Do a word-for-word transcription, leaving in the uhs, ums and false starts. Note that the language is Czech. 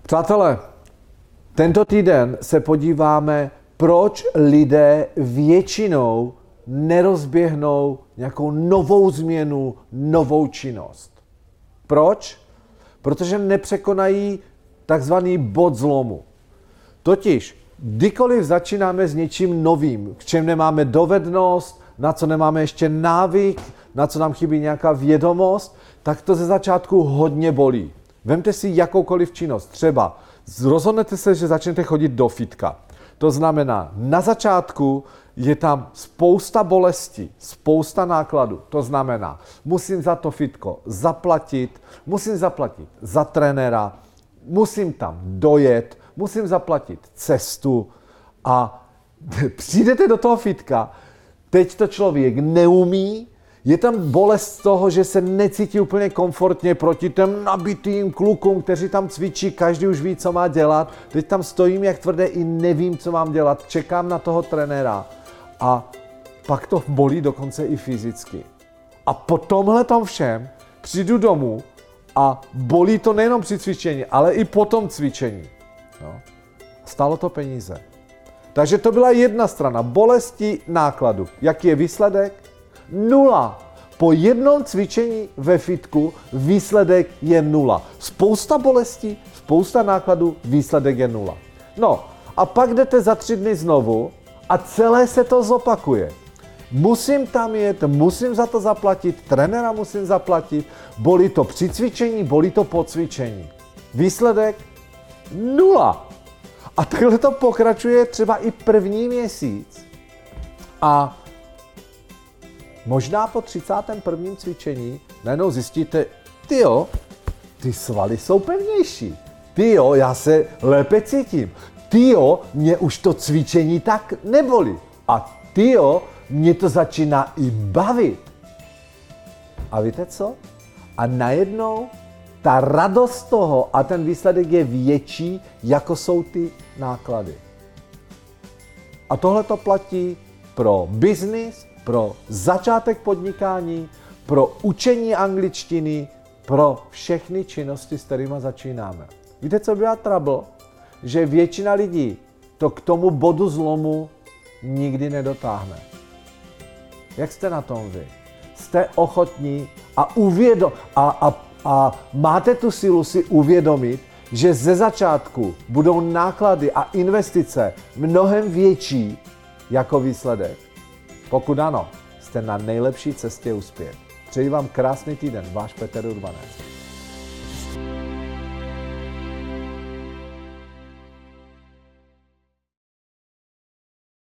Přátelé, tento týden se podíváme, proč lidé většinou nerozběhnou nějakou novou změnu, novou činnost. Proč? Protože nepřekonají takzvaný bod zlomu. Totiž, kdykoliv začínáme s něčím novým, k čem nemáme dovednost, na co nemáme ještě návyk, na co nám chybí nějaká vědomost, tak to ze začátku hodně bolí. Vemte si jakoukoliv činnost. Třeba rozhodnete se, že začnete chodit do fitka. To znamená, na začátku je tam spousta bolesti, spousta nákladů. To znamená, musím za to fitko zaplatit, musím zaplatit za trenéra, musím tam dojet, musím zaplatit cestu a přijdete do toho fitka, teď to člověk neumí, je tam bolest z toho, že se necítí úplně komfortně proti těm nabitým klukům, kteří tam cvičí, každý už ví, co má dělat. Teď tam stojím jak tvrdé i nevím, co mám dělat, čekám na toho trenéra a pak to bolí dokonce i fyzicky. A po tomhle tom všem přijdu domů a bolí to nejenom při cvičení, ale i po tom cvičení. No. Stálo to peníze. Takže to byla jedna strana, bolesti nákladu. Jaký je výsledek? Nula. Po jednom cvičení ve fitku výsledek je nula. Spousta bolestí, spousta nákladů, výsledek je nula. No a pak jdete za tři dny znovu a celé se to zopakuje. Musím tam jet, musím za to zaplatit, trenéra musím zaplatit, bolí to při cvičení, bolí to po cvičení. Výsledek? Nula. A takhle to pokračuje třeba i první měsíc. A možná po třicátém prvním cvičení najednou zjistíte, tyjo, ty svaly jsou pevnější. Tyjo, já se lépe cítím. Tyjo, mě už to cvičení tak nebolí. A tyjo, mě to začíná i bavit. A víte co? A najednou ta radost toho a ten výsledek je větší, jako jsou ty náklady. A tohle to platí pro biznis, pro začátek podnikání, pro učení angličtiny, pro všechny činnosti, s kterými začínáme. Víte, co byla trouble? Že většina lidí to k tomu bodu zlomu nikdy nedotáhne. Jak jste na tom vy? Jste ochotní a, uvědom, a, a, a máte tu sílu si uvědomit, že ze začátku budou náklady a investice mnohem větší jako výsledek? Pokud ano, jste na nejlepší cestě úspěch. Přeji vám krásný týden, váš Petr Urbanec.